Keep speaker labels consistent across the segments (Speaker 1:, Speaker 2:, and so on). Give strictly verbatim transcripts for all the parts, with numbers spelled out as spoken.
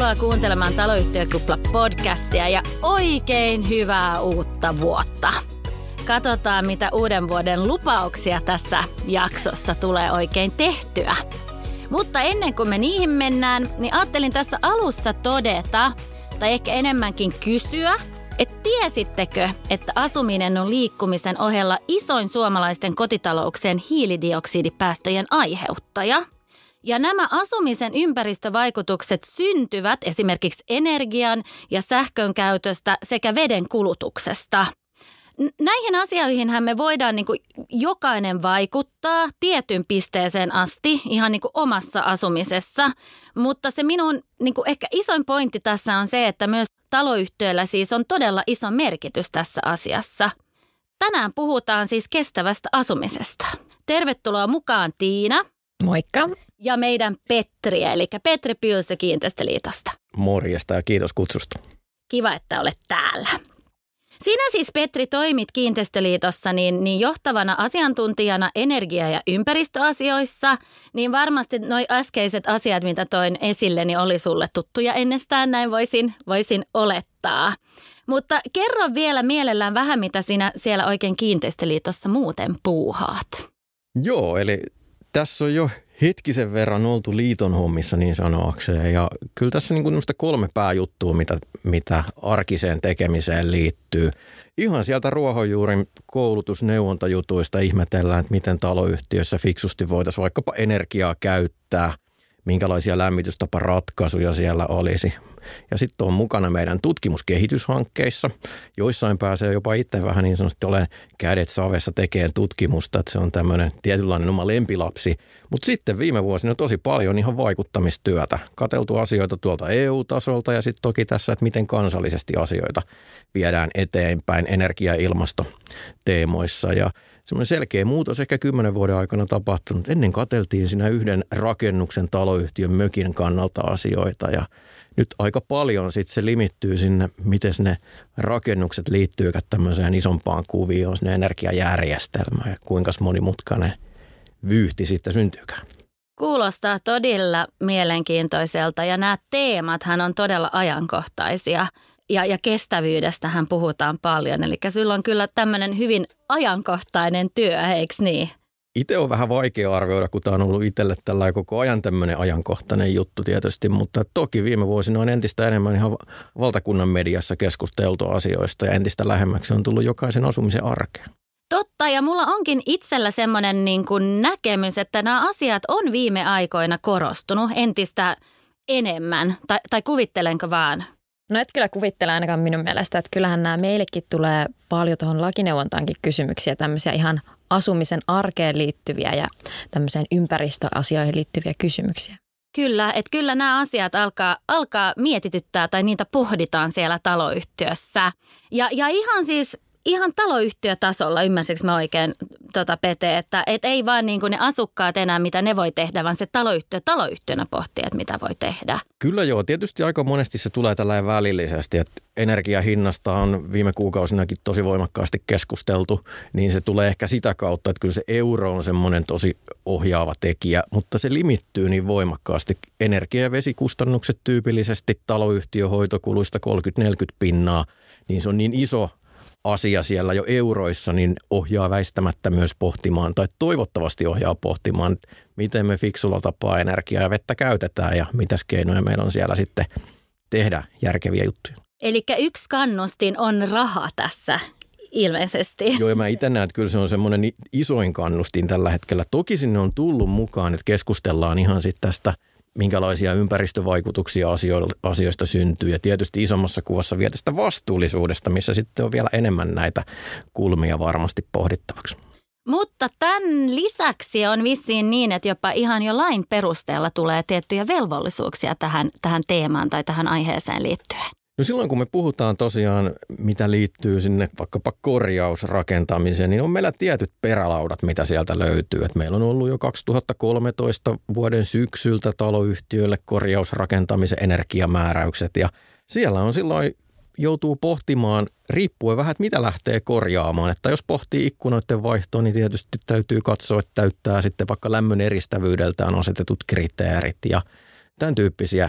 Speaker 1: Tervetuloa kuuntelemaan Taloyhtiökupla-podcastia ja oikein hyvää uutta vuotta. Katsotaan, mitä uuden vuoden lupauksia tässä jaksossa tulee oikein tehtyä. Mutta ennen kuin me niihin mennään, niin ajattelin tässä alussa todeta, tai ehkä enemmänkin kysyä, että tiesittekö, että asuminen on liikkumisen ohella isoin suomalaisten kotitalouksien hiilidioksidipäästöjen aiheuttaja? Ja nämä asumisen ympäristövaikutukset syntyvät esimerkiksi energian ja sähkön käytöstä sekä veden kulutuksesta. Näihin asioihinhan me voidaan niin kuin jokainen vaikuttaa tietyn pisteeseen asti ihan niin kuin omassa asumisessa, mutta se minun niin kuin ehkä isoin pointti tässä on se, että myös taloyhtiöillä siis on todella iso merkitys tässä asiassa. Tänään puhutaan siis kestävästä asumisesta. Tervetuloa mukaan Tiina.
Speaker 2: Moikka.
Speaker 1: Ja meidän Petri, eli Petri Pylsö Kiinteistöliitosta.
Speaker 3: Morjesta ja kiitos kutsusta.
Speaker 1: Kiva, että olet täällä. Sinä siis, Petri, toimit Kiinteistöliitossa niin, niin johtavana asiantuntijana energia- ja ympäristöasioissa, niin varmasti nuo äskeiset asiat, mitä toin esille, niin oli sulle tuttuja ennestään, näin voisin, voisin olettaa. Mutta kerro vielä mielellään vähän, mitä sinä siellä oikein Kiinteistöliitossa muuten puuhaat.
Speaker 3: Joo, eli tässä on jo hetkisen verran oltu liiton hommissa niin sanoakseen ja kyllä tässä niin kuin kolme pääjuttua, mitä, mitä arkiseen tekemiseen liittyy. Ihan sieltä ruohonjuurin koulutusneuvontajutuista ihmetellään, että miten taloyhtiössä fiksusti voitaisiin vaikkapa energiaa käyttää, minkälaisia lämmitystaparatkaisuja siellä olisi. Ja sitten on mukana meidän tutkimuskehityshankkeissa. Joissain pääsee jopa itse vähän niin sanotusti olemaan kädet savessa tekemään tutkimusta, että se on tämmöinen tietynlainen oma lempilapsi. Mutta sitten viime vuosina tosi paljon ihan vaikuttamistyötä. Katseltu asioita tuolta E U-tasolta ja sitten toki tässä, että miten kansallisesti asioita viedään eteenpäin energia- ja ilmastoteemoissa. Ja semmoinen selkeä muutos ehkä kymmenen vuoden aikana tapahtunut. Ennen katseltiin siinä yhden rakennuksen taloyhtiön mökin kannalta asioita ja nyt aika paljon sitten se limittyy sinne, miten ne rakennukset liittyykään tämmöiseen isompaan kuvioon, sinne energiajärjestelmään ja kuinka monimutkainen vyyhti sitten syntyykään.
Speaker 1: Kuulostaa todella mielenkiintoiselta ja nämä teemathan on todella ajankohtaisia ja, ja kestävyydestähän puhutaan paljon. Eli sulla on kyllä tämmöinen hyvin ajankohtainen työ, eikö niin?
Speaker 3: Itse on vähän vaikea arvioida, kun tämä on ollut itselle tällä koko ajan tämmöinen ajankohtainen juttu tietysti, mutta toki viime vuosina on entistä enemmän ihan valtakunnan mediassa keskusteltu asioista ja entistä lähemmäksi on tullut jokaisen asumisen arkeen.
Speaker 1: Totta, ja mulla onkin itsellä semmoinen niin kuin näkemys, että nämä asiat on viime aikoina korostunut entistä enemmän, tai, tai kuvittelenko vaan?
Speaker 2: No et kyllä kuvittele ainakaan minun mielestä, että kyllähän nämä meillekin tulee paljon tuohon lakineuvontaankin kysymyksiä, tämmöisiä ihan asumisen arkeen liittyviä ja tämmöiseen ympäristöasioihin liittyviä kysymyksiä.
Speaker 1: Kyllä, että kyllä nämä asiat alkaa, alkaa mietityttää tai niitä pohditaan siellä taloyhtiössä. Ja, ja ihan siis ihan taloyhtiötasolla, ymmärsikö mä oikein, tota Pete, että et ei vaan niin kuin ne asukkaat enää, mitä ne voi tehdä, vaan se taloyhtiö taloyhtiönä pohtii, että mitä voi tehdä.
Speaker 3: Kyllä joo, tietysti aika monesti se tulee tällainen välillisesti, että energiahinnasta on viime kuukausinakin tosi voimakkaasti keskusteltu, niin se tulee ehkä sitä kautta, että kyllä se euro on semmoinen tosi ohjaava tekijä, mutta se limittyy niin voimakkaasti. Energia- ja vesikustannukset tyypillisesti taloyhtiöhoitokuluista kolmekymmentä neljäkymmentä pinnaa, niin se on niin iso asia siellä jo euroissa, niin ohjaa väistämättä myös pohtimaan, tai toivottavasti ohjaa pohtimaan, miten me fiksulla tapaa energiaa ja vettä käytetään ja mitäs keinoja meillä on siellä sitten tehdä järkeviä juttuja.
Speaker 1: Eli yksi kannustin on raha tässä ilmeisesti.
Speaker 3: Joo, ja mä itse näen, että kyllä se on semmoinen isoin kannustin tällä hetkellä. Toki sinne on tullut mukaan, että keskustellaan ihan sitten tästä, minkälaisia ympäristövaikutuksia asioista syntyy ja tietysti isommassa kuvassa vielä tästä vastuullisuudesta, missä sitten on vielä enemmän näitä kulmia varmasti pohdittavaksi.
Speaker 1: Mutta tämän lisäksi on vissiin niin, että jopa ihan jo lain perusteella tulee tiettyjä velvollisuuksia tähän, tähän teemaan tai tähän aiheeseen liittyen.
Speaker 3: No silloin kun me puhutaan tosiaan, mitä liittyy sinne vaikkapa korjausrakentamiseen, niin on meillä tietyt perälaudat, mitä sieltä löytyy. Et meillä on ollut jo kaksituhattakolmetoista vuoden syksyltä taloyhtiöille korjausrakentamisen energiamääräykset ja siellä on silloin joutuu pohtimaan, riippuen vähän, että mitä lähtee korjaamaan. Että jos pohtii ikkunoiden vaihtoa, niin tietysti täytyy katsoa, että täyttää sitten vaikka lämmön eristävyydeltään asetetut kriteerit ja tämän tyyppisiä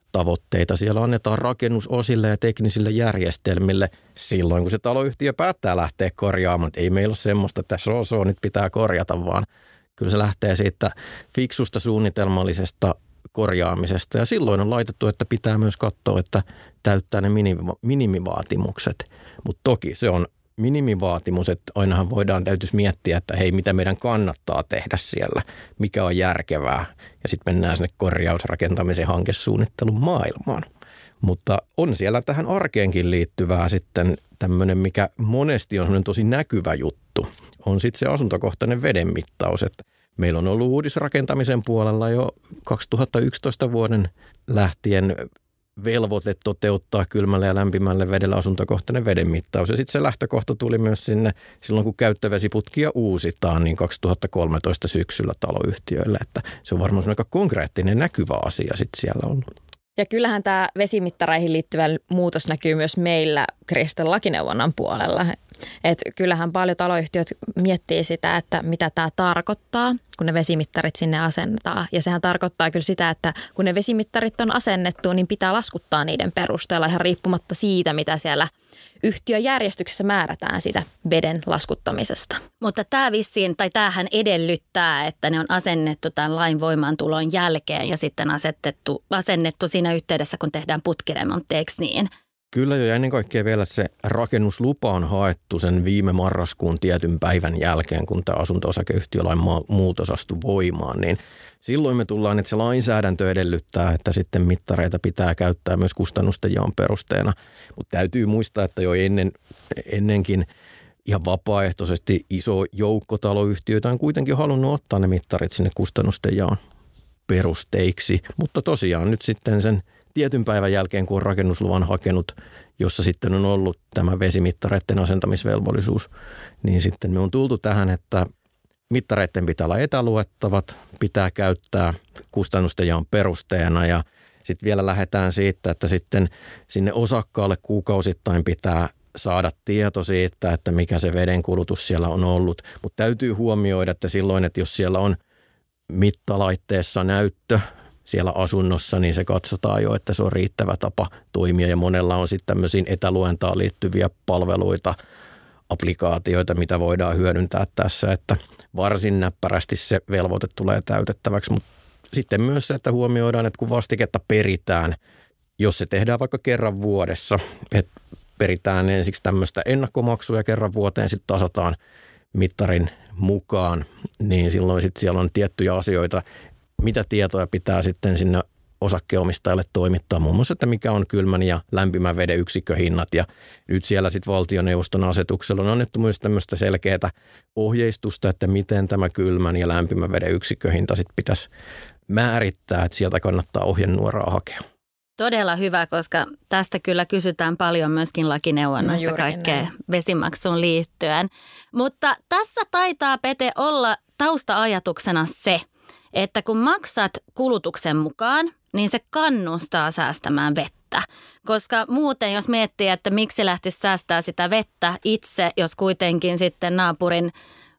Speaker 3: tavoitteita siellä annetaan rakennusosille ja teknisille järjestelmille silloin, kun se taloyhtiö päättää lähteä korjaamaan. Ei meillä ole semmoista, että so, so, nyt pitää korjata, vaan kyllä se lähtee siitä fiksusta suunnitelmallisesta korjaamisesta. Ja silloin on laitettu, että pitää myös katsoa, että täyttää ne minimivaatimukset. Mutta toki se on minimivaatimus, että ainahan voidaan, täytyisi miettiä, että hei, mitä meidän kannattaa tehdä siellä, mikä on järkevää. Ja sitten mennään sinne korjausrakentamisen hankesuunnittelun maailmaan. Mutta on siellä tähän arkeenkin liittyvää sitten tämmöinen, mikä monesti on semmoinen tosi näkyvä juttu. On sitten se asuntokohtainen vedenmittaus, että meillä on ollut uudisrakentamisen puolella jo kaksituhattayksitoista vuoden lähtien velvoite toteuttaa kylmälle ja lämpimälle vedellä asuntokohtainen vedenmittaus. Ja sitten se lähtökohta tuli myös sinne silloin, kun käyttövesiputkia uusitaan, niin kaksituhattakolmetoista syksyllä taloyhtiöille. Että se on varmaan aika konkreettinen näkyvä asia sitten siellä ollut.
Speaker 2: Ja kyllähän tämä vesimittareihin liittyvä muutos näkyy myös meillä Kristen lakineuvonnan puolella. Et kyllähän paljon taloyhtiöt miettii sitä, että mitä tämä tarkoittaa, kun ne vesimittarit sinne asennetaan. Ja sehän tarkoittaa kyllä sitä, että kun ne vesimittarit on asennettu, niin pitää laskuttaa niiden perusteella ihan riippumatta siitä, mitä siellä yhtiöjärjestyksessä määrätään sitä veden laskuttamisesta.
Speaker 1: Mutta tämä vissiin, tai tämähän edellyttää, että ne on asennettu tämän lain voimaantulon jälkeen ja sitten asetettu, asennettu siinä yhteydessä, kun tehdään putkiremontti, eikö niin?
Speaker 3: Kyllä jo, ja ennen kaikkea vielä se rakennuslupa on haettu sen viime marraskuun tietyn päivän jälkeen, kun tämä asunto-osakeyhtiölain muutos astui voimaan, niin silloin me tullaan, että se lainsäädäntö edellyttää, että sitten mittareita pitää käyttää myös kustannusten jaon perusteena. Mutta täytyy muistaa, että jo ennen, ennenkin ihan vapaaehtoisesti iso joukko taloyhtiöitä on kuitenkin halunnut ottaa ne mittarit sinne kustannusten jaon perusteiksi. Mutta tosiaan nyt sitten sen tietyn päivän jälkeen, kun on rakennusluvan hakenut, jossa sitten on ollut tämä vesimittareiden asentamisvelvollisuus, niin sitten me on tultu tähän, että mittareiden pitää olla etäluettavat, pitää käyttää kustannusten jaon perusteena ja sitten vielä lähdetään siitä, että sitten sinne osakkaalle kuukausittain pitää saada tieto siitä, että mikä se vedenkulutus siellä on ollut. Mutta täytyy huomioida, että silloin, että jos siellä on mittalaitteessa näyttö siellä asunnossa, niin se katsotaan jo, että se on riittävä tapa toimia ja monella on sitten tämmöisiin etäluentaan liittyviä palveluita, applikaatioita, mitä voidaan hyödyntää tässä, että varsin näppärästi se velvoite tulee täytettäväksi, mutta sitten myös se, että huomioidaan, että kun vastiketta peritään, jos se tehdään vaikka kerran vuodessa, että peritään ensiksi tämmöistä ennakkomaksua kerran vuoteen, sitten tasataan mittarin mukaan, niin silloin sitten siellä on tiettyjä asioita, mitä tietoja pitää sitten sinne osakkeenomistajalle toimittaa, muun muassa, että mikä on kylmän ja lämpimän veden yksikköhinnat. Ja nyt siellä sitten valtioneuvoston asetuksella on annettu myös tämmöistä selkeää ohjeistusta, että miten tämä kylmän ja lämpimän veden yksikköhinta sitten pitäisi määrittää, että sieltä kannattaa ohjenuoraa hakea.
Speaker 1: Todella hyvä, koska tästä kyllä kysytään paljon myöskin lakineuvonnassa no kaikkea näin. Vesimaksuun liittyen. Mutta tässä taitaa, Pete, olla tausta-ajatuksena se, että kun maksat kulutuksen mukaan, niin se kannustaa säästämään vettä. Koska muuten, jos miettii, että miksi lähtisi säästää sitä vettä itse, jos kuitenkin sitten naapurin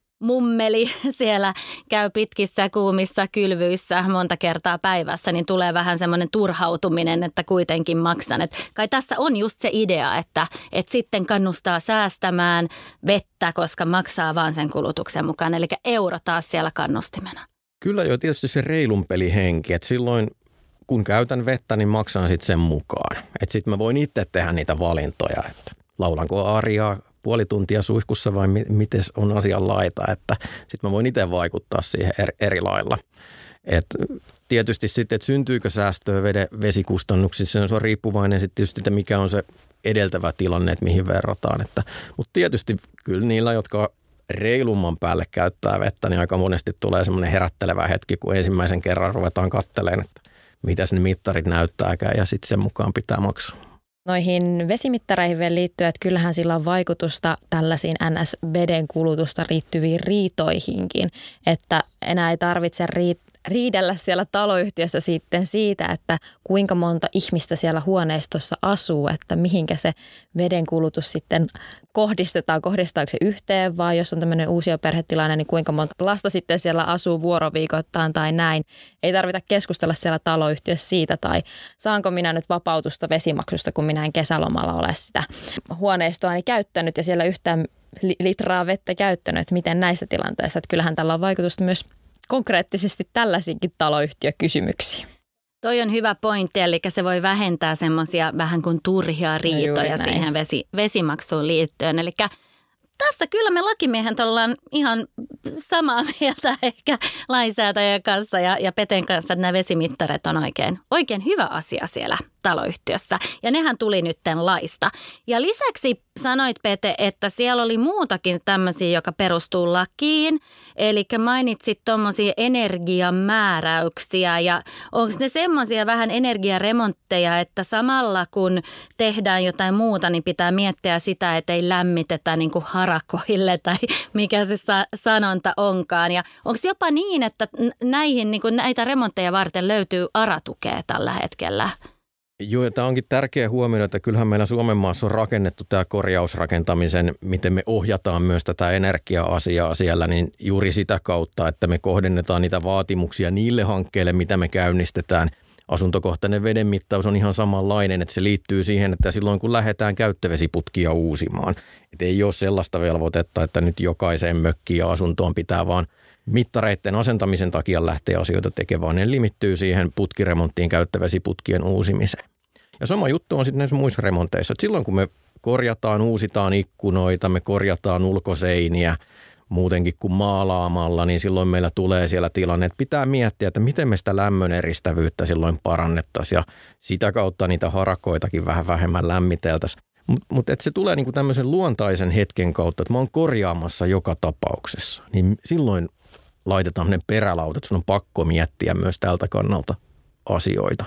Speaker 1: mummeli siellä käy pitkissä kuumissa kylvyissä monta kertaa päivässä, niin tulee vähän semmoinen turhautuminen, että kuitenkin maksan. Et kai tässä on just se idea, että, että sitten kannustaa säästämään vettä, koska maksaa vaan sen kulutuksen mukaan. Eli euro taas siellä kannustimena.
Speaker 3: Kyllä jo tietysti se reilun pelihenki, että silloin kun käytän vettä, niin maksan sitten sen mukaan. Että sitten mä voin itse tehdä niitä valintoja, että laulanko ariaa puoli tuntia suihkussa vai mi- miten on asian laita, että sitten mä voin itse vaikuttaa siihen eri, eri lailla. Et tietysti sitten, että syntyykö säästöä vede, vesikustannuksissa, se on riippuvainen sitten tietysti, että mikä on se edeltävä tilanne, että mihin verrataan. Että, mutta tietysti kyllä niillä, jotka reilumman päälle käyttää vettä, niin aika monesti tulee semmoinen herättelevä hetki, kun ensimmäisen kerran ruvetaan katselemaan, että mitäs ne mittarit näyttääkään ja sitten sen mukaan pitää maksaa.
Speaker 2: Noihin vesimittareihin vielä liittyy, että kyllähän sillä on vaikutusta tällaisiin N S-veden kulutusta liittyviin riitoihinkin, että enää ei tarvitse riidellä siellä taloyhtiössä sitten siitä, että kuinka monta ihmistä siellä huoneistossa asuu, että mihinkä se vedenkulutus sitten kohdistetaan, kohdistetaanko se yhteen vai jos on tämmöinen uusioperhetilanne, niin kuinka monta lasta sitten siellä asuu vuoroviikoittain tai näin. Ei tarvita keskustella siellä taloyhtiössä siitä tai saanko minä nyt vapautusta vesimaksusta, kun minä en kesälomalla ole sitä huoneistoani käyttänyt ja siellä yhtään litraa vettä käyttänyt, että miten näissä tilanteissa. Että kyllähän tällä on vaikutusta myös konkreettisesti tällaisinkin taloyhtiökysymyksiin.
Speaker 1: Toi on hyvä pointti, eli se voi vähentää semmoisia vähän kuin turhia riitoja no siihen vesi, vesimaksuun liittyen. Eli tässä kyllä me lakimiehet ollaan ihan samaa mieltä ehkä lainsäätäjän kanssa ja, ja Peten kanssa, että nämä vesimittarit on oikein, oikein hyvä asia siellä taloyhtiössä. Ja nehän tuli nytten laista. Ja lisäksi sanoit, Pete, että siellä oli muutakin tämmöisiä, joka perustuu lakiin. Eli mainitsit tuommoisia energiamääräyksiä ja onko ne semmoisia vähän energiaremontteja, että samalla kun tehdään jotain muuta, niin pitää miettiä sitä, että ei lämmitetä niin kuin harakoille tai mikä se sa- sanonta onkaan. Ja onko jopa niin, että näihin, niin kuin näitä remontteja varten löytyy ARA-tukea tällä hetkellä?
Speaker 3: Joo, ja tämä onkin tärkeä huomio, että kyllähän meillä Suomen maassa on rakennettu tämä korjausrakentamisen, miten me ohjataan myös tätä energia-asiaa siellä, niin juuri sitä kautta, että me kohdennetaan niitä vaatimuksia niille hankkeille, mitä me käynnistetään. Asuntokohtainen vedenmittaus on ihan samanlainen, että se liittyy siihen, että silloin kun lähdetään käyttövesiputkia uusimaan, että ei ole sellaista velvoitetta, että nyt jokaiseen mökkiin ja asuntoon pitää vaan mittareiden asentamisen takia lähteä asioita tekemään, ne limittyy siihen putkiremonttiin, käyttövesiputkien uusimiseen. Ja sama juttu on sitten näissä muissa remonteissa, että silloin kun me korjataan, uusitaan ikkunoita, me korjataan ulkoseiniä, muutenkin kuin maalaamalla, niin silloin meillä tulee siellä tilanne, että pitää miettiä, että miten me sitä lämmön eristävyyttä silloin parannettaisiin ja sitä kautta niitä harakoitakin vähän vähemmän lämmiteltäisiin. Mutta mut se tulee niinku tämmöisen luontaisen hetken kautta, että mä oon korjaamassa joka tapauksessa, niin silloin laitetaan tämmöinen perälauta, että sun on pakko miettiä myös tältä kannalta asioita.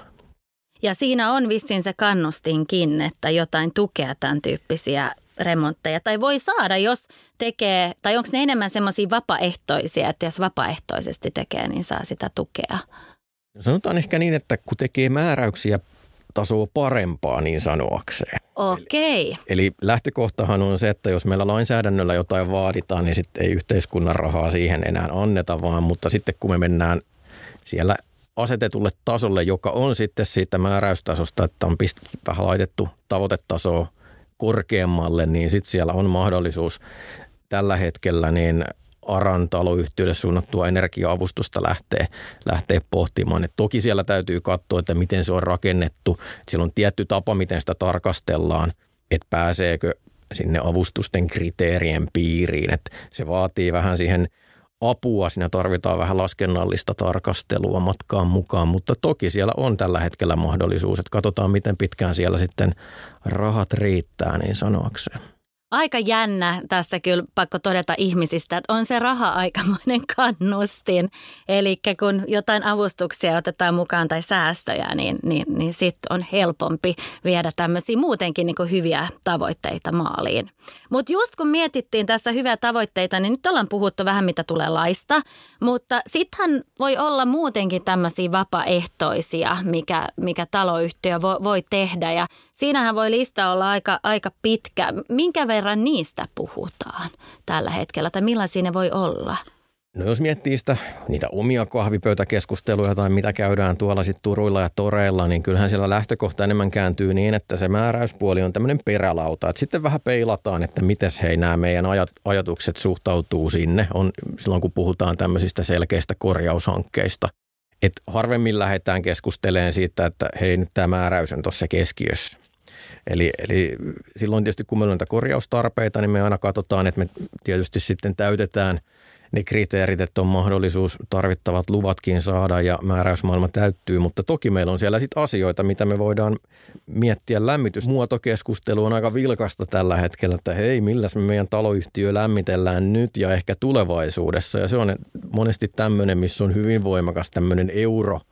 Speaker 1: Ja siinä on vissiin se kannustinkin, että jotain tukea tämän tyyppisiä remontteja tai voi saada, jos tekee, tai onko ne enemmän semmoisia vapaaehtoisia, että jos vapaaehtoisesti tekee, niin saa sitä tukea?
Speaker 3: Sanotaan ehkä niin, että kun tekee määräyksiä tasoa parempaa niin sanoakseen.
Speaker 1: Okei.
Speaker 3: Eli, eli lähtökohtahan on se, että jos meillä lainsäädännöllä jotain vaaditaan, niin sitten ei yhteiskunnan rahaa siihen enää anneta vaan, mutta sitten kun me mennään siellä asetetulle tasolle, joka on sitten siitä määräystasosta, että on pist- vähän laitettu tavoitetasoa korkeammalle, niin sitten siellä on mahdollisuus tällä hetkellä niin ARAn taloyhtiöille suunnattua energia-avustusta lähtee, lähtee pohtimaan. Et toki siellä täytyy katsoa, että miten se on rakennettu. Et siellä on tietty tapa, miten sitä tarkastellaan, että pääseekö sinne avustusten kriteerien piiriin. Et se vaatii vähän siihen apua, siinä tarvitaan vähän laskennallista tarkastelua matkaan mukaan, mutta toki siellä on tällä hetkellä mahdollisuus, että katsotaan miten pitkään siellä sitten rahat riittää, niin sanoakseen.
Speaker 1: Aika jännä tässä kyllä pakko todeta ihmisistä, että on se raha aikamoinen kannustin. Eli kun jotain avustuksia otetaan mukaan tai säästöjä, niin, niin, niin sitten on helpompi viedä tämmöisiä muutenkin niin kuin hyviä tavoitteita maaliin. Mutta just kun mietittiin tässä hyviä tavoitteita, niin nyt ollaan puhuttu vähän mitä tulee laista. Mutta sittenhän voi olla muutenkin tämmöisiä vapaaehtoisia, mikä, mikä taloyhtiö voi, voi tehdä ja siinähän voi lista olla aika, aika pitkä. Minkä verran niistä puhutaan tällä hetkellä tai millaisia ne voi olla?
Speaker 3: No jos miettii sitä, niitä omia kahvipöytäkeskusteluja tai mitä käydään tuolla sitten turuilla ja toreilla, niin kyllähän siellä lähtökohta enemmän kääntyy niin, että se määräyspuoli on tämmöinen perälauta. Että sitten vähän peilataan, että miten hei nämä meidän ajat, ajatukset suhtautuu sinne, on silloin kun puhutaan tämmöisistä selkeistä korjaushankkeista. Että harvemmin lähdetään keskustelemaan siitä, että hei nyt tämä määräys on tuossa keskiössä. Eli, eli silloin tietysti kun meillä on näitä korjaustarpeita, niin me aina katsotaan, että me tietysti sitten täytetään ne kriteerit, että on mahdollisuus tarvittavat luvatkin saada ja määräysmaailma täyttyy, mutta toki meillä on siellä sitten asioita, mitä me voidaan miettiä. Lämmitysmuotokeskustelu on aika vilkasta tällä hetkellä, että hei, milläs me meidän taloyhtiö lämmitellään nyt ja ehkä tulevaisuudessa ja se on monesti tämmöinen, missä on hyvin voimakas tämmöinen euro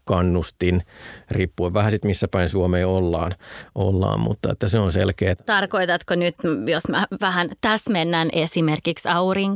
Speaker 3: kannustin, riippuen vähän sitten missä päin Suomeen ollaan, ollaan, mutta että se on selkeä.
Speaker 1: Tarkoitatko nyt, jos mä vähän täsmennän esimerkiksi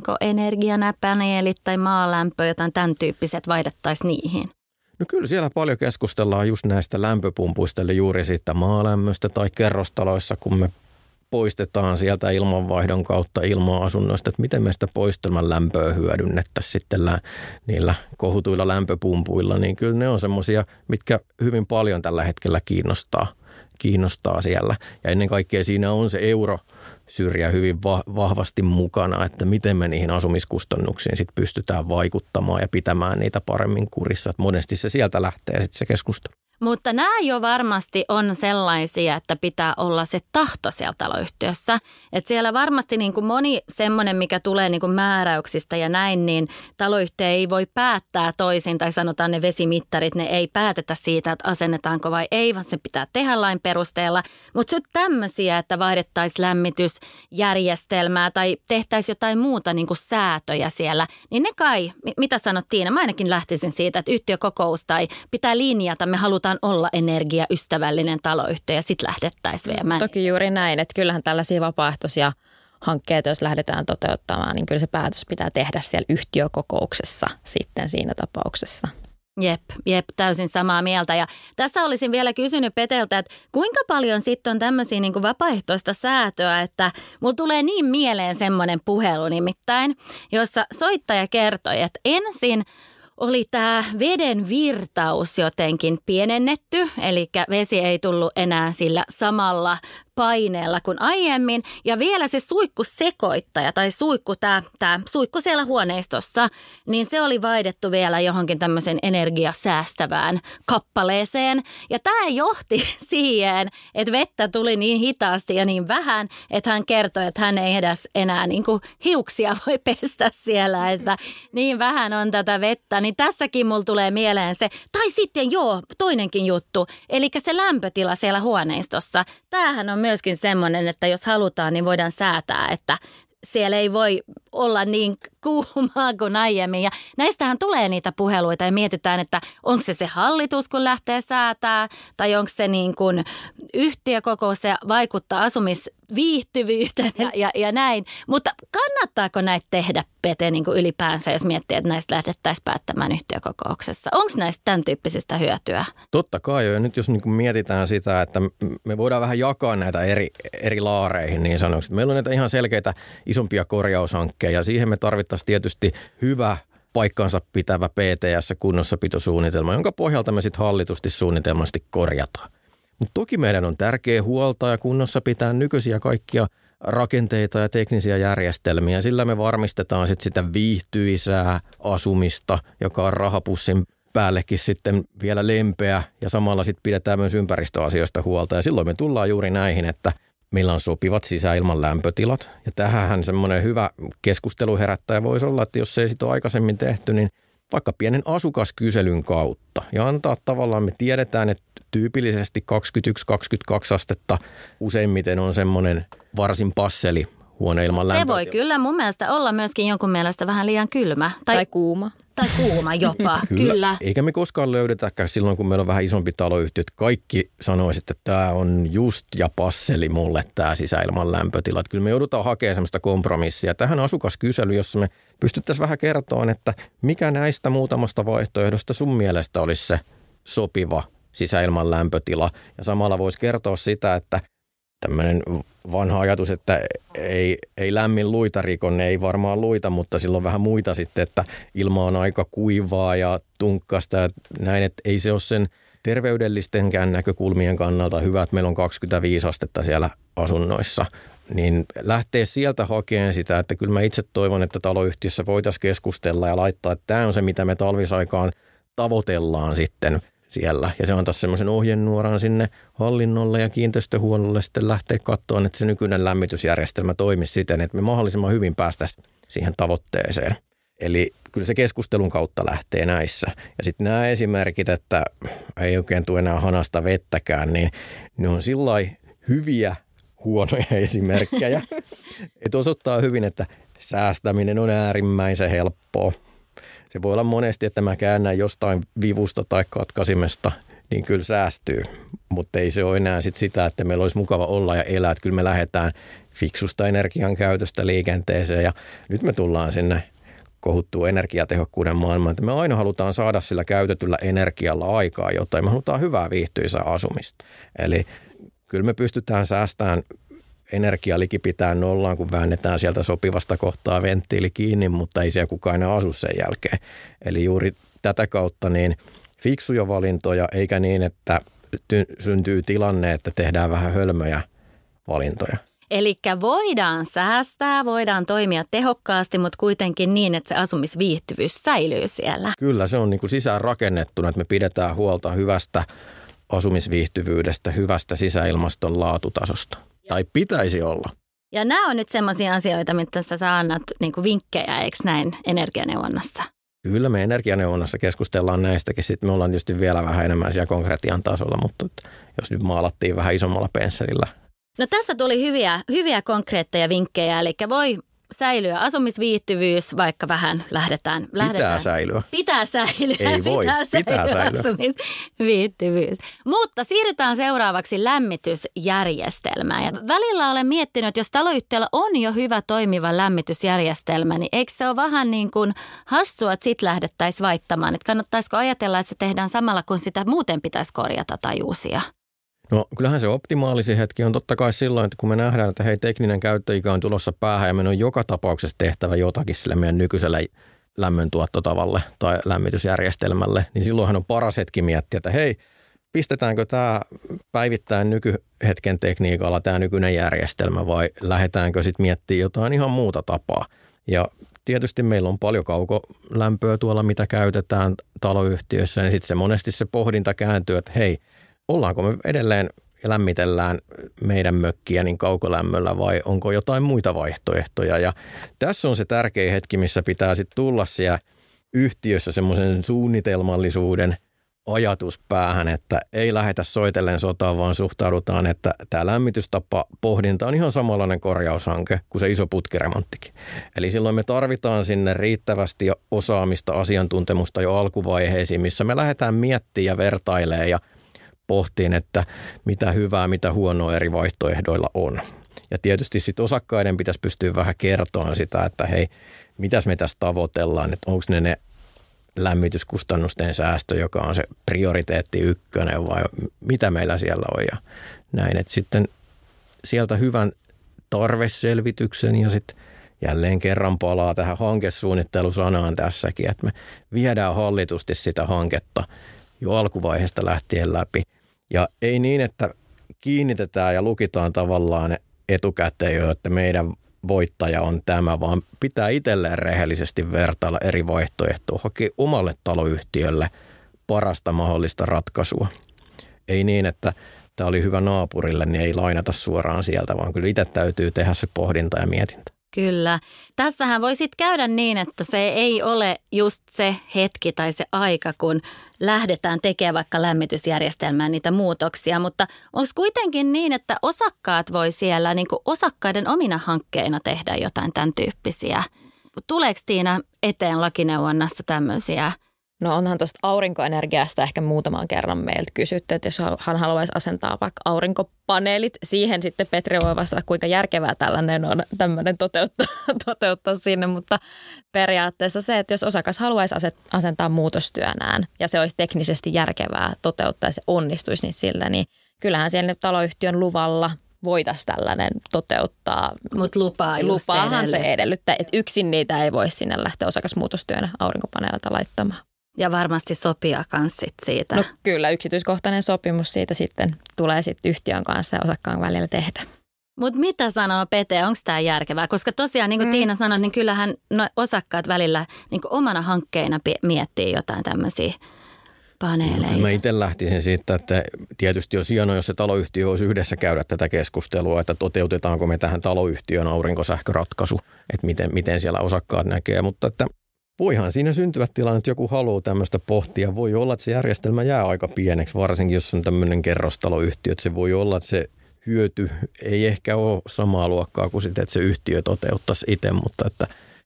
Speaker 1: aurinkoenergiapaneelit tai maalämpö, jotain tämän tyyppiset, vaihdettaisiin niihin?
Speaker 3: No kyllä siellä paljon keskustellaan just näistä lämpöpumpuista, eli juuri siitä maalämmöstä tai kerrostaloissa, kun me poistetaan sieltä ilmanvaihdon kautta ilma-asunnoista, että miten me sitä poistelman lämpöä hyödynnettäisiin sitten lä- niillä kohutuilla lämpöpumpuilla, niin kyllä ne on semmoisia, mitkä hyvin paljon tällä hetkellä kiinnostaa, kiinnostaa siellä. Ja ennen kaikkea siinä on se eurosyrjä hyvin va- vahvasti mukana, että miten me niihin asumiskustannuksiin sit pystytään vaikuttamaan ja pitämään niitä paremmin kurissa. Että monesti se sieltä lähtee sitten se keskustelu.
Speaker 1: Mutta nämä jo varmasti on sellaisia, että pitää olla se tahto siellä taloyhtiössä. Että siellä varmasti niin kuin moni semmoinen, mikä tulee niin kuin määräyksistä ja näin, niin taloyhtiö ei voi päättää toisin. Tai sanotaan ne vesimittarit, ne ei päätetä siitä, että asennetaanko vai ei, vaan se pitää tehdä lain perusteella. Mutta sitten tämmöisiä, että vaihdettaisiin lämmitysjärjestelmää tai tehtäisiin jotain muuta niin kuin säätöjä siellä. Niin ne kai, mitä sanot Tiina, mä ainakin lähtisin siitä, että yhtiökokous tai pitää linjata, me halutaan olla energiaystävällinen taloyhtiö ja sitten lähdettäisiin viemään.
Speaker 2: Toki juuri näin, että kyllähän tällaisia vapaaehtoisia hankkeita, jos lähdetään toteuttamaan, niin kyllä se päätös pitää tehdä siellä yhtiökokouksessa sitten siinä tapauksessa.
Speaker 1: Jep, jep, täysin samaa mieltä. Ja tässä olisin vielä kysynyt Peteltä, että kuinka paljon sitten on tämmöisiä niin kuin vapaaehtoista säätöä, että mulla tulee niin mieleen semmoinen puhelu nimittäin, jossa soittaja kertoi, että ensin oli tämä veden virtaus jotenkin pienennetty, eli vesi ei tullut enää sillä samalla paineella kuin aiemmin. Ja vielä se suikkusekoittaja tai suikku, tämä, tämä suikku siellä huoneistossa, niin se oli vaihdettu vielä johonkin tämmöisen energiasäästävään kappaleeseen. Ja tämä johti siihen, että vettä tuli niin hitaasti ja niin vähän, että hän kertoi, että hän ei edes enää niin kuin hiuksia voi pestä siellä, että niin vähän on tätä vettä. Niin tässäkin mulla tulee mieleen se, tai sitten joo, toinenkin juttu, eli se lämpötila siellä huoneistossa. Tämähän on myöskin semmoinen, että jos halutaan, niin voidaan säätää, että siellä ei voi olla niin kuumaa kuin aiemmin. Ja näistähän tulee niitä puheluita ja mietitään, että onko se se hallitus, kun lähtee säätää, tai onko se niin kuin yhtiökokous ja vaikuttaa asumisviihtyvyyteen ja, ja, ja näin. Mutta kannattaako näitä tehdä, Pete, niin kuin ylipäänsä, jos miettii, että näistä lähdettäisiin päättämään yhtiökokouksessa? Onko näistä tämän tyyppisistä hyötyä?
Speaker 3: Totta kai jo. Ja nyt jos niin kuin mietitään sitä, että me voidaan vähän jakaa näitä eri, eri laareihin, niin sanoksi. Meillä on näitä ihan selkeitä isompia korjaushankkeja ja siihen me tarvittaisiin tietysti hyvä paikkansa pitävä P T S-kunnossapitosuunnitelma, jonka pohjalta me sitten hallitusti suunnitelmallisesti korjataan. Mutta toki meidän on tärkeä huolta ja kunnossa pitää nykyisiä kaikkia rakenteita ja teknisiä järjestelmiä. Sillä me varmistetaan sit sitä viihtyisää asumista, joka on rahapussin päällekin sitten vielä lempeä ja samalla sitten pidetään myös ympäristöasioista huolta. Ja silloin me tullaan juuri näihin, että meillä on sopivat sisäilman lämpötilat. Ja tähän semmoinen hyvä keskusteluherättäjä voisi olla, että jos se ei sitten ole aikaisemmin tehty, niin vaikka pienen asukaskyselyn kautta ja antaa tavallaan, me tiedetään, että tyypillisesti kaksikymmentäyksi kaksikymmentäkaksi astetta useimmiten on semmoinen varsin passeli huoneilman lämpötila.
Speaker 1: Se voi kyllä mun mielestä olla myöskin jonkun mielestä vähän liian kylmä.
Speaker 2: Tai, tai kuuma.
Speaker 1: Tai kuuma jopa, kyllä. kyllä.
Speaker 3: Eikä me koskaan löydetäkään silloin, kun meillä on vähän isompi taloyhtiö, että kaikki sanoisivat, että tämä on just ja passeli mulle tämä sisäilman lämpötila. Että kyllä me joudutaan hakemaan semmoista kompromissia. Tähän asukaskysely, jossa me pystyttäisiin vähän kertomaan, että mikä näistä muutamasta vaihtoehdosta sun mielestä olisi se sopiva sisäilman lämpötila. Ja samalla voisi kertoa sitä, että tämmöinen vanha ajatus, että ei, ei lämmin luita rikonne, ei varmaan luita, mutta silloin vähän muita sitten, että ilma on aika kuivaa ja tunkkasta ja näin, että ei se ole sen terveydellistenkään näkökulmien kannalta hyvä, että meillä on kaksikymmentäviisi astetta siellä asunnoissa. Niin lähtee sieltä hakemaan sitä, että kyllä mä itse toivon, että taloyhtiössä voitaisiin keskustella ja laittaa, että tämä on se, mitä me talvisaikaan tavoitellaan sitten siellä. Ja se on taas semmoisen ohjenuoran sinne hallinnolle ja kiinteistöhuollolle sitten lähteä katsomaan, että se nykyinen lämmitysjärjestelmä toimisi siten, että me mahdollisimman hyvin päästäisiin siihen tavoitteeseen. Eli kyllä se keskustelun kautta lähtee näissä. Ja sitten nämä esimerkit, että ei oikein tule enää hanasta vettäkään, niin ne on sillai hyviä huonoja esimerkkejä. Että osoittaa hyvin, että säästäminen on äärimmäisen helppoa. Se voi olla monesti, että mä käännän jostain vivusta tai katkaisimesta, niin kyllä säästyy. Mutta ei se ole enää sit sitä, että meillä olisi mukava olla ja elää. Että kyllä me lähdetään fiksusta energian käytöstä liikenteeseen ja nyt me tullaan sinne kohuttua energiatehokkuuden maailmaan, että me aina halutaan saada sillä käytetyllä energialla aikaa jotain. Me halutaan hyvää viihtyisää asumista. Eli kyllä me pystytään säästämään energiaa likipitään nollaan, kun väännetään sieltä sopivasta kohtaa venttiili kiinni, mutta ei siellä kukaan enää asu sen jälkeen. Eli juuri tätä kautta niin fiksuja valintoja, eikä niin, että ty- syntyy tilanne, että tehdään vähän hölmöjä valintoja.
Speaker 1: Eli voidaan säästää, voidaan toimia tehokkaasti, mutta kuitenkin niin, että se asumisviihtyvyys säilyy siellä.
Speaker 3: Kyllä, se on niin kuin sisään rakennettuna, että me pidetään huolta hyvästä asumisviihtyvyydestä, hyvästä sisäilmaston laatutasosta. Tai pitäisi olla.
Speaker 1: Ja nämä on nyt sellaisia asioita, mitä sä annat niin kuin vinkkejä, eikö näin energianeuvonnassa?
Speaker 3: Kyllä me energianeuvonnassa keskustellaan näistäkin. Sitten me ollaan tietysti vielä vähän enemmän siellä konkretian tasolla, mutta jos nyt maalattiin vähän isommalla pensselillä.
Speaker 1: No tässä tuli hyviä, hyviä konkreetteja vinkkejä, eli voi säilyä asumisviihtyvyys, vaikka vähän lähdetään. lähdetään.
Speaker 3: Pitää säilyä.
Speaker 1: Pitää säilyä.
Speaker 3: Ei voi,
Speaker 1: pitää säilyä,
Speaker 3: pitää säilyä.
Speaker 1: Asumisviihtyvyys. Mutta siirrytään seuraavaksi lämmitysjärjestelmään. Ja välillä olen miettinyt, että jos taloyhtiöllä on jo hyvä toimiva lämmitysjärjestelmä, niin eikö se ole vähän niin kuin hassua, että sitten lähdettäisiin vaihtamaan? Että kannattaisiko ajatella, että se tehdään samalla, kun sitä muuten pitäisi korjata tai uusia?
Speaker 3: No kyllähän se optimaalisin hetki on totta kai silloin, että kun me nähdään, että hei tekninen käyttöikä on tulossa päähän ja meidän on joka tapauksessa tehtävä jotakin sille meidän nykyiselle lämmöntuottotavalle tai lämmitysjärjestelmälle, niin silloinhan on paras hetki miettiä, että hei, pistetäänkö tämä päivittäin nykyhetken tekniikalla tämä nykyinen järjestelmä vai lähdetäänkö sitten miettimään jotain ihan muuta tapaa. Ja tietysti meillä on paljon kaukolämpöä tuolla, mitä käytetään taloyhtiöissä, niin sitten se monesti se pohdinta kääntyy, että hei, ollaanko me edelleen lämmitellään meidän mökkiä niin kaukolämmöllä vai onko jotain muita vaihtoehtoja. Ja tässä on se tärkeä hetki, missä pitää sitten tulla siellä yhtiössä semmoisen suunnitelmallisuuden ajatus päähän, että ei lähdetä soitellen sotaan, vaan suhtaudutaan, että tämä lämmitystapa pohdinta on ihan samanlainen korjaushanke kuin se iso putkiremonttikin. Eli silloin me tarvitaan sinne riittävästi osaamista, asiantuntemusta jo alkuvaiheisiin, missä me lähdetään miettimään ja vertailemaan ja pohtiin, että mitä hyvää, mitä huonoa eri vaihtoehdoilla on. Ja tietysti sitten osakkaiden pitäisi pystyä vähän kertomaan sitä, että hei, mitäs me tässä tavoitellaan, että onko ne ne lämmityskustannusten säästö, joka on se prioriteetti ykkönen vai mitä meillä siellä on ja näin. Että sitten sieltä hyvän tarveselvityksen ja sitten jälleen kerran palaa tähän hankesuunnittelusanaan tässäkin, että me viedään hallitusti sitä hanketta jo alkuvaiheesta lähtien läpi. Ja ei niin, että kiinnitetään ja lukitaan tavallaan etukäteen jo, että meidän voittaja on tämä, vaan pitää itselleen rehellisesti vertailla eri vaihtoehtoja, hakea omalle taloyhtiölle parasta mahdollista ratkaisua. Ei niin, että tämä oli hyvä naapurille, niin ei lainata suoraan sieltä, vaan kyllä itse täytyy tehdä se pohdinta ja mietintä.
Speaker 1: Kyllä. Tässähän voi sitten käydä niin, että se ei ole just se hetki tai se aika, kun lähdetään tekemään vaikka lämmitysjärjestelmään niitä muutoksia, mutta onko kuitenkin niin, että osakkaat voi siellä niin kuin osakkaiden omina hankkeina tehdä jotain tämän tyyppisiä? Tuleeko Tiina eteen lakineuvonnassa tämmöisiä?
Speaker 2: No onhan tuosta aurinkoenergiasta ehkä muutaman kerran meiltä kysytty, että jos hän haluaisi asentaa vaikka aurinkopaneelit, siihen sitten Petri voi vastata, kuinka järkevää tällainen on tämmöinen toteuttaa, toteuttaa sinne, mutta periaatteessa se, että jos osakas haluaisi asentaa muutostyönään ja se olisi teknisesti järkevää toteuttaa ja se onnistuisi niin sillä, niin kyllähän siellä taloyhtiön luvalla voitaisiin tällainen toteuttaa.
Speaker 1: Mutta lupaa
Speaker 2: Lupaahan se edellyttää, että yksin niitä ei voi sinne lähteä osakasmuutostyönä aurinkopaneelta laittamaan.
Speaker 1: Ja varmasti sopia kans sit siitä.
Speaker 2: No kyllä, yksityiskohtainen sopimus siitä sitten tulee sitten yhtiön kanssa ja osakkaan välillä tehdä.
Speaker 1: Mutta mitä sanoo Pete, onko tämä järkevää? Koska tosiaan niin kuin mm. Tiina sanoi, niin kyllähän no, osakkaat välillä niin kuin omana hankkeina miettii jotain tämmöisiä paneeleita.
Speaker 3: Mä itse lähtisin siitä, että tietysti olisi hienoa, jos se taloyhtiö voisi yhdessä käydä tätä keskustelua, että toteutetaanko me tähän taloyhtiön aurinkosähköratkaisu, että miten, miten siellä osakkaat näkee, mutta että voihan siinä syntyvät tilanne, että joku haluaa tämmöistä pohtia. Voi olla, että se järjestelmä jää aika pieneksi, varsinkin jos on tämmöinen kerrostaloyhtiö, että se voi olla, että se hyöty ei ehkä ole samaa luokkaa kuin sitten, että se yhtiö toteuttaisi itse, mutta että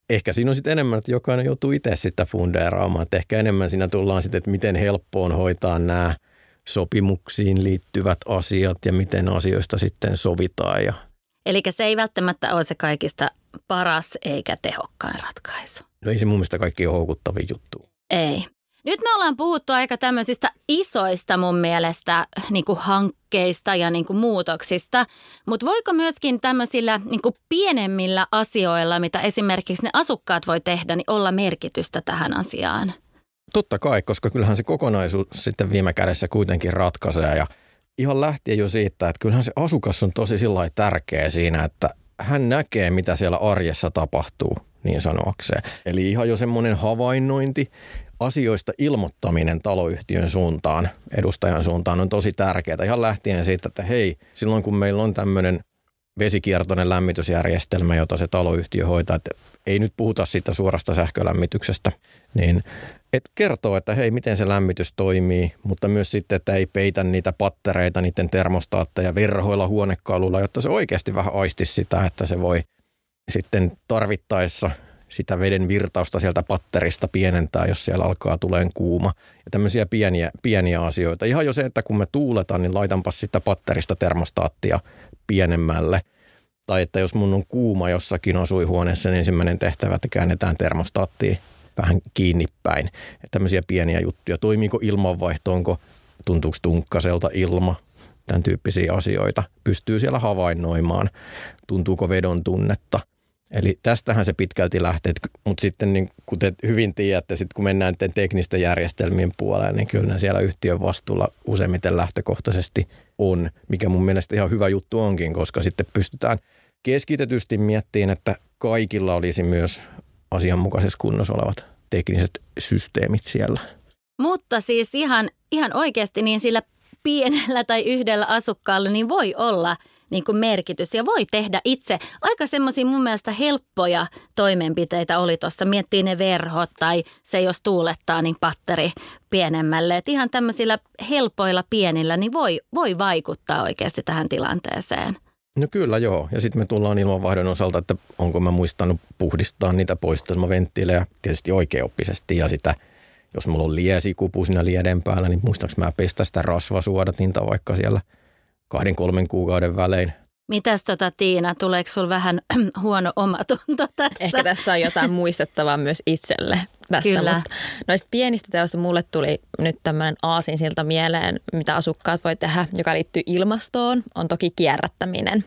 Speaker 3: ehkä siinä on sitten enemmän, että jokainen joutuu itse sitä fundeeraamaan. Että ehkä enemmän siinä tullaan sitten, että miten helppo on hoitaa nämä sopimuksiin liittyvät asiat ja miten asioista sitten sovitaan. Ja
Speaker 1: eli se ei välttämättä ole se kaikista paras eikä tehokkain ratkaisu.
Speaker 3: no ei se mun mielestä kaikki ole houkuttavia juttuja.
Speaker 1: Ei. Nyt me ollaan puhuttu aika tämmöisistä isoista mun mielestä niin kuin hankkeista ja niin kuin muutoksista, mutta voiko myöskin tämmöisillä niin kuin pienemmillä asioilla, mitä esimerkiksi ne asukkaat voi tehdä, niin olla merkitystä tähän asiaan?
Speaker 3: Totta kai, koska kyllähän se kokonaisuus sitten viime kädessä kuitenkin ratkaisee ja ihan lähtien jo siitä, että kyllähän se asukas on tosi sillä tärkeä siinä, että hän näkee, mitä siellä arjessa tapahtuu, niin sanoakseen. Eli ihan jo semmoinen havainnointi, asioista ilmoittaminen taloyhtiön suuntaan, edustajan suuntaan on tosi tärkeää. Ihan lähtien siitä, että hei, silloin kun meillä on tämmöinen vesikiertoinen lämmitysjärjestelmä, jota se taloyhtiö hoitaa, että ei nyt puhuta siitä suorasta sähkölämmityksestä, niin et kertoo, että hei, miten se lämmitys toimii, mutta myös sitten, että ei peitä niitä pattereita, niiden termostaatteja verhoilla huonekalulla, jotta se oikeasti vähän aistisi sitä, että se voi sitten tarvittaessa sitä veden virtausta sieltä patterista pienentää, jos siellä alkaa tuleen kuuma. Ja tämmöisiä pieniä, pieniä asioita. Ihan jo se, että kun me tuuletaan, niin laitanpas sitä patterista termostaattia pienemmälle. Tai että jos mun on kuuma jossakin asuinhuoneessa, niin ensimmäinen tehtävä, että käännetään termostaattia vähän kiinni päin. Ja tämmöisiä pieniä juttuja. Toimiiko ilmanvaihto, onko, tuntuuko tunkkaselta ilma, tämän tyyppisiä asioita. Pystyy siellä havainnoimaan, tuntuuko vedon tunnetta. Eli tästähän se pitkälti lähtee, mutta sitten niin kuten hyvin tiedätte, sit kun mennään teknisten järjestelmien puoleen, niin kyllä siellä yhtiön vastuulla useimmiten lähtökohtaisesti on, mikä mun mielestä ihan hyvä juttu onkin, koska sitten pystytään keskitetysti miettimään, että kaikilla olisi myös asianmukaisessa kunnossa olevat tekniset systeemit siellä.
Speaker 1: Mutta siis ihan, ihan oikeasti niin sillä pienellä tai yhdellä asukkaalla niin voi olla niin kuin merkitys ja voi tehdä itse. Aika semmoisia mun mielestä helppoja toimenpiteitä oli tuossa. Miettii ne verhot tai se, jos tuulettaa, niin patteri pienemmälle. Et ihan tämmöisillä helpoilla pienillä niin voi, voi vaikuttaa oikeasti tähän tilanteeseen.
Speaker 3: No kyllä joo. Ja sitten me tullaan ilmanvaihdon osalta, että onko mä muistanut puhdistaa niitä poistelmaventtiilejä tietysti oikeaoppisesti ja sitä, jos mulla on liesikupu siinä lieden päällä, niin muistaaks mä pestä sitä rasvasuodatinta vaikka siellä kahden, kolmen kuukauden välein.
Speaker 1: Mitäs tota Tiina, tuleeko sulla vähän huono omatunto tässä?
Speaker 2: Ehkä tässä on jotain muistettavaa myös itselle tässä.
Speaker 1: Kyllä.
Speaker 2: Mutta noista pienistä teoista mulle tuli nyt tämmöinen aasinsilta mieleen, mitä asukkaat voi tehdä, joka liittyy ilmastoon, on toki kierrättäminen.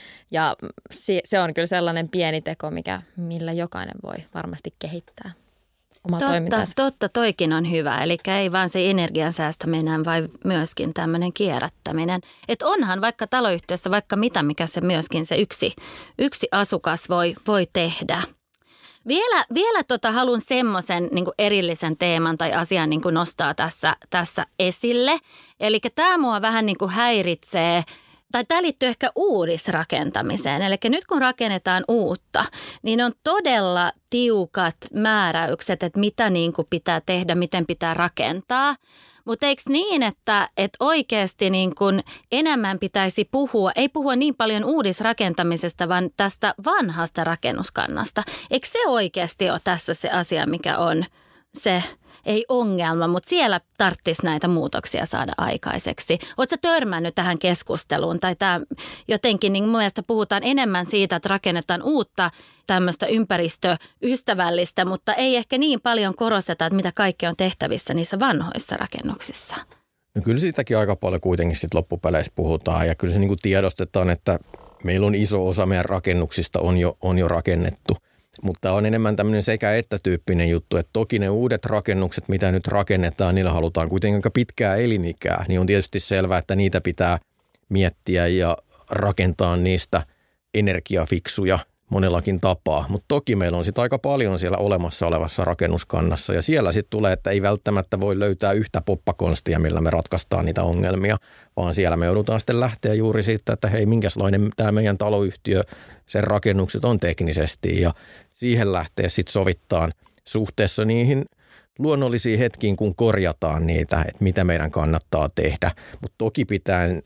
Speaker 2: Ja se on kyllä sellainen pieni teko, mikä, millä jokainen voi varmasti kehittää oma
Speaker 1: totta,
Speaker 2: toimintansa.
Speaker 1: Totta, toikin on hyvä. Eli ei vaan se energian säästäminen, vaan myöskin tämmöinen kierrättäminen. Että onhan vaikka taloyhtiössä vaikka mitä, mikä se myöskin se yksi, yksi asukas voi, voi tehdä. Vielä, vielä tota, haluan semmoisen niin kuin erillisen teeman tai asian niin kuin nostaa tässä, tässä esille. Eli tämä mua vähän niin kuin häiritsee. Tai tämä liittyy ehkä uudisrakentamiseen. Eli nyt kun rakennetaan uutta, niin on todella tiukat määräykset, että mitä niin kuin pitää tehdä, miten pitää rakentaa. Mutta eikö niin, että, että oikeasti niin kuin enemmän pitäisi puhua, ei puhua niin paljon uudisrakentamisesta, vaan tästä vanhasta rakennuskannasta. Eikö se oikeasti ole tässä se asia, mikä on se, ei ongelma, mutta siellä tarvitsisi näitä muutoksia saada aikaiseksi. Oletko törmännyt tähän keskusteluun? Tai tämä jotenkin, niin mun mielestä puhutaan enemmän siitä, että rakennetaan uutta tämmöistä ympäristöystävällistä, mutta ei ehkä niin paljon korosteta, että mitä kaikki on tehtävissä niissä vanhoissa rakennuksissa.
Speaker 3: No kyllä siitäkin aika paljon kuitenkin sitten loppupeleissä puhutaan ja kyllä se niin kuin tiedostetaan, että meillä on iso osa meidän rakennuksista on jo, on jo rakennettu. Mutta on enemmän tämmöinen sekä että tyyppinen juttu, että toki ne uudet rakennukset, mitä nyt rakennetaan, niillä halutaan kuitenkin aika pitkää elinikää, niin on tietysti selvää, että niitä pitää miettiä ja rakentaa niistä energiafiksuja monellakin tapaa. Mutta toki meillä on sitten aika paljon siellä olemassa olevassa rakennuskannassa ja siellä sitten tulee, että ei välttämättä voi löytää yhtä poppakonstia, millä me ratkaistaan niitä ongelmia, vaan siellä me joudutaan sitten lähteä juuri siitä, että hei, minkälainen tämä meidän taloyhtiö, sen rakennukset on teknisesti ja siihen lähtee sitten sovittaan suhteessa niihin luonnollisiin hetkiin, kun korjataan niitä, että mitä meidän kannattaa tehdä. Mutta toki pitää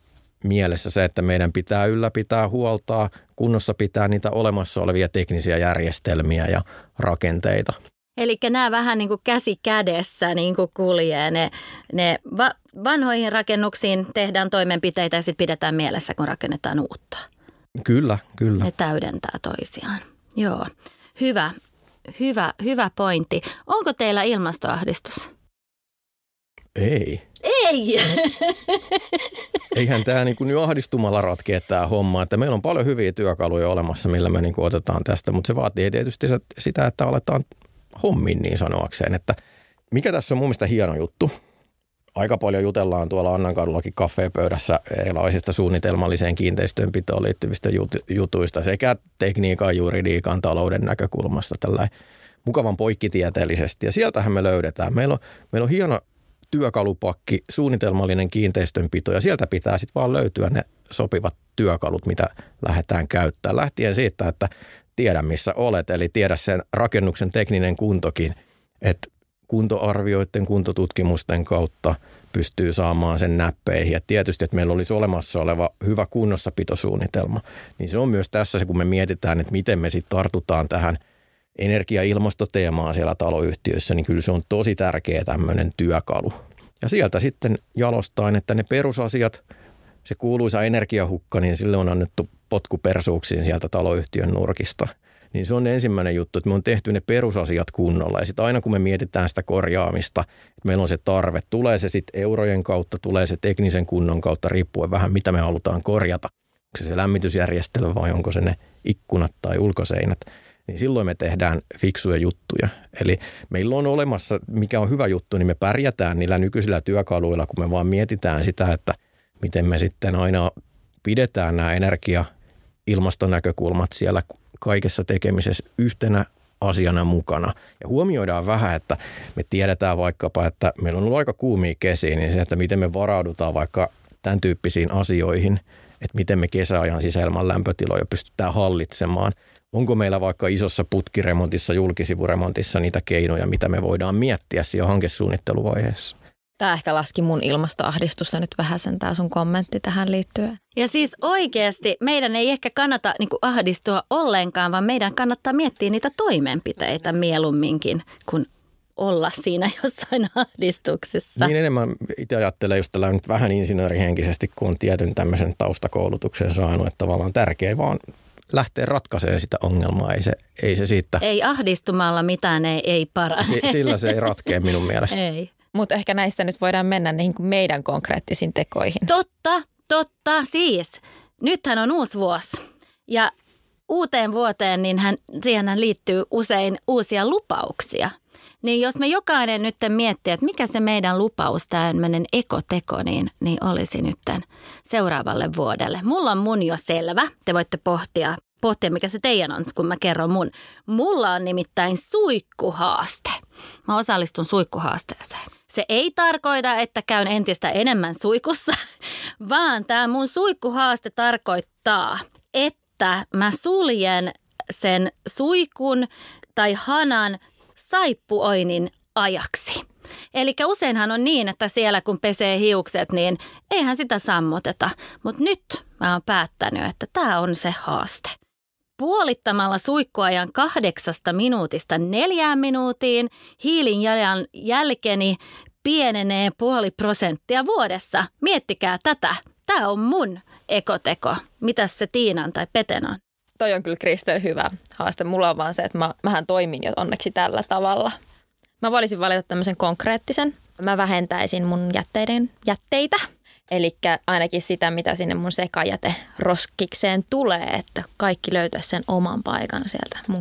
Speaker 3: mielessä se, että meidän pitää ylläpitää, huoltaa, kunnossa pitää niitä olemassa olevia teknisiä järjestelmiä ja rakenteita.
Speaker 1: Eli nämä vähän niin kuin käsi kädessä niin kuin kuljee. Ne, ne va- vanhoihin rakennuksiin tehdään toimenpiteitä ja sitten pidetään mielessä, kun rakennetaan uutta.
Speaker 3: Kyllä, kyllä.
Speaker 1: Ne täydentää toisiaan. Joo, hyvä, hyvä, hyvä pointti. Onko teillä ilmastoahdistus?
Speaker 3: Ei.
Speaker 1: Ei!
Speaker 3: Eihän tämä niin kuin nyt ahdistumalla ratkea tämä homma. Että meillä on paljon hyviä työkaluja olemassa, millä me niin kuin otetaan tästä, mutta se vaatii tietysti sitä, että aletaan hommin niin sanoakseen. Että mikä tässä on mun mielestä hieno juttu? Aika paljon jutellaan tuolla Annankadullakin kaffeepöydässä erilaisista suunnitelmalliseen kiinteistönpitoon liittyvistä jutuista sekä tekniikan, juridiikan, talouden näkökulmasta tällainen mukavan poikkitieteellisesti. Ja sieltähän me löydetään. Meillä on, meillä on hieno työkalupakki, suunnitelmallinen kiinteistönpito ja sieltä pitää sitten vaan löytyä ne sopivat työkalut, mitä lähdetään käyttämään. Lähtien siitä, että tiedä missä olet, eli tiedä sen rakennuksen tekninen kuntokin, että kuntoarvioiden, kuntotutkimusten kautta pystyy saamaan sen näppeihin. Ja tietysti, että meillä olisi olemassa oleva hyvä kunnossapitosuunnitelma, niin se on myös tässä se, kun me mietitään, että miten me sitten tartutaan tähän energia- ja ilmastoteemaan siellä taloyhtiössä, niin kyllä se on tosi tärkeä tämmöinen työkalu. Ja sieltä sitten jalostain, että ne perusasiat, se kuuluisa energiahukka, niin sille on annettu potkupersuuksiin sieltä taloyhtiön nurkista. Niin se on ensimmäinen juttu, että me on tehty ne perusasiat kunnolla. Ja sitten aina kun me mietitään sitä korjaamista, että meillä on se tarve, tulee se sitten eurojen kautta, tulee se teknisen kunnon kautta, riippuen vähän mitä me halutaan korjata. Onko se se lämmitysjärjestelmä vai onko se ne ikkunat tai ulkoseinät, niin silloin me tehdään fiksuja juttuja. Eli meillä on olemassa, mikä on hyvä juttu, niin me pärjätään niillä nykyisillä työkaluilla, kun me vaan mietitään sitä, että miten me sitten aina pidetään nämä energia- ilmastonäkökulmat siellä kaikessa tekemisessä yhtenä asiana mukana. Ja huomioidaan vähän, että me tiedetään vaikkapa, että meillä on ollut aika kuumia kesiä, niin se, että miten me varaudutaan vaikka tämän tyyppisiin asioihin, että miten me kesäajan sisäilman lämpötiloja pystytään hallitsemaan. Onko meillä vaikka isossa putkiremontissa, julkisivuremontissa niitä keinoja, mitä me voidaan miettiä siellä hankesuunnitteluvaiheessa?
Speaker 2: Tämä ehkä laski mun ilmastoahdistusta nyt vähän sen tämä sun kommentti tähän liittyen.
Speaker 1: Ja siis oikeasti meidän ei ehkä kannata niin kuin ahdistua ollenkaan, vaan meidän kannattaa miettiä niitä toimenpiteitä mieluumminkin, kun olla siinä jossain ahdistuksessa.
Speaker 3: Niin enemmän itse ajattelen just tällä nyt vähän insinöörihenkisesti, kun on tietyn tämmöisen taustakoulutuksen saanut, että tavallaan tärkeä vaan lähteä ratkaisemaan sitä ongelmaa. Ei se, ei se siitä.
Speaker 1: Ei ahdistumalla mitään ei, ei parane.
Speaker 3: Sillä se ei ratkea minun mielestä.
Speaker 1: Ei.
Speaker 2: Mutta ehkä näistä nyt voidään mennä niihin meidän konkreettisiin tekoihin.
Speaker 1: Totta, totta. Siis, nythän on uusi vuosi ja uuteen vuoteen niin hän, siihen liittyy usein uusia lupauksia. Niin jos me jokainen nyt miettii, että mikä se meidän lupaus, tämmöinen ekoteko, niin, niin olisi nyt seuraavalle vuodelle. Mulla on mun jo selvä. Te voitte pohtia, pohtia, mikä se teidän on, kun mä kerron mun. Mulla on nimittäin suikkuhaaste. Mä osallistun suikkuhaasteeseen. Se ei tarkoita, että käyn entistä enemmän suikussa, vaan tämä mun suikkuhaaste tarkoittaa, että mä suljen sen suikun tai hanan saippuoinnin ajaksi. Eli useinhan on niin, että siellä kun pesee hiukset, niin eihän sitä sammuteta. Mutta nyt mä oon päättänyt, että tämä on se haaste. Puolittamalla suikkuajan kahdeksasta minuutista neljään minuuttiin hiilinjalan jälkeni pienenee puoli prosenttia vuodessa. Miettikää tätä. Tämä on mun ekoteko. Mitäs se Tiinan tai Peten on?
Speaker 2: Toi on kyllä Kristel hyvä haaste. Mulla on vaan se, että mä, mähän toimin jo onneksi tällä tavalla. Mä voisin valita tämmöisen konkreettisen. Mä vähentäisin mun jätteiden jätteitä. Eli ainakin sitä, mitä sinne mun sekajäteroskikseen tulee, että kaikki löytäisi sen oman paikan sieltä mun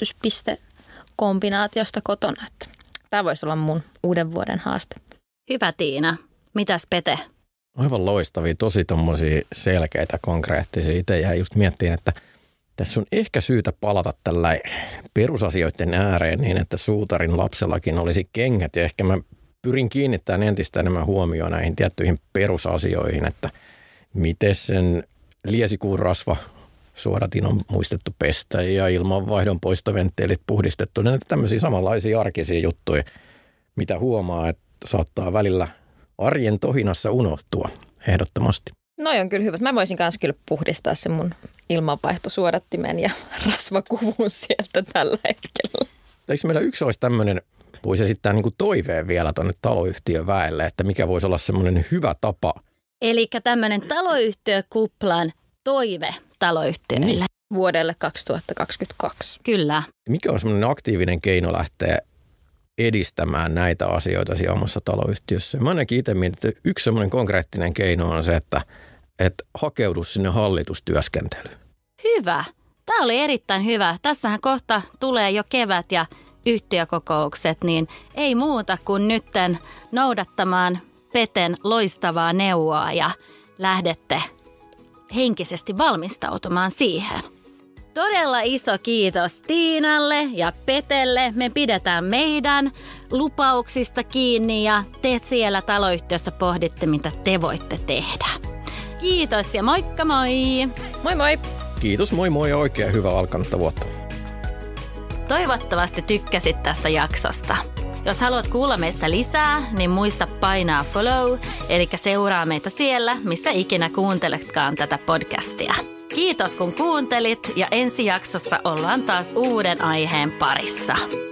Speaker 2: kierrätyspistekombinaatiosta kotona. Tämä voisi olla mun uuden vuoden haaste.
Speaker 1: Hyvä Tiina. Mitäs Pete?
Speaker 3: Aivan loistavia, tosi tommosia selkeitä, konkreettisia. Itse jäin just miettimään, että tässä on ehkä syytä palata tällä perusasioiden ääreen niin, että suutarin lapsellakin olisi kengät. Ja ehkä mä pyrin kiinnittämään entistä enemmän huomioon näihin tiettyihin perusasioihin, että miten sen liesikuun rasva suodatin on muistettu pestä ja ilmanvaihdon poistoventteelit puhdistettu. Ne tämmöisiä samanlaisia arkisia juttuja, mitä huomaa, että saattaa välillä arjen tohinassa unohtua ehdottomasti.
Speaker 2: Noi on kyllä hyvät. Mä voisin myös kyllä puhdistaa sen mun ilmanvaihtosuodattimen ja rasvakuvun sieltä tällä hetkellä.
Speaker 3: Eikö meillä yksi olisi tämmöinen, voisi esittää niin kuin toiveen vielä tuonne taloyhtiön väelle, että mikä voisi olla semmoinen hyvä tapa?
Speaker 1: Eli tämmöinen taloyhtiökuplan toive taloyhtiöille.
Speaker 3: Niin.
Speaker 2: Vuodelle kaksituhattakaksikymmentäkaksi.
Speaker 1: Kyllä.
Speaker 3: Mikä on semmoinen aktiivinen keino lähteä edistämään näitä asioita siinä omassa taloyhtiössä? Mä ainakin itse mietin, että yksi semmoinen konkreettinen keino on se, että, että hakeudu sinne hallitustyöskentelyyn.
Speaker 1: Hyvä. Tämä oli erittäin hyvä. Tässähän kohta tulee jo kevät ja yhtiökokoukset, niin ei muuta kuin nytten noudattamaan Peten loistavaa neuvoa ja lähdette henkisesti valmistautumaan siihen. Todella iso kiitos Tiinalle ja Petelle. Me pidetään meidän lupauksista kiinni ja te siellä taloyhtiössä pohditte, mitä te voitte tehdä. Kiitos ja moikka moi!
Speaker 2: Moi moi!
Speaker 3: Kiitos, moi moi ja oikein hyvää alkanutta vuotta.
Speaker 1: Toivottavasti tykkäsit tästä jaksosta. Jos haluat kuulla meistä lisää, niin muista painaa follow, eli seuraa meitä siellä, missä ikinä kuunteletkaan tätä podcastia. Kiitos kun kuuntelit ja ensi jaksossa ollaan taas uuden aiheen parissa.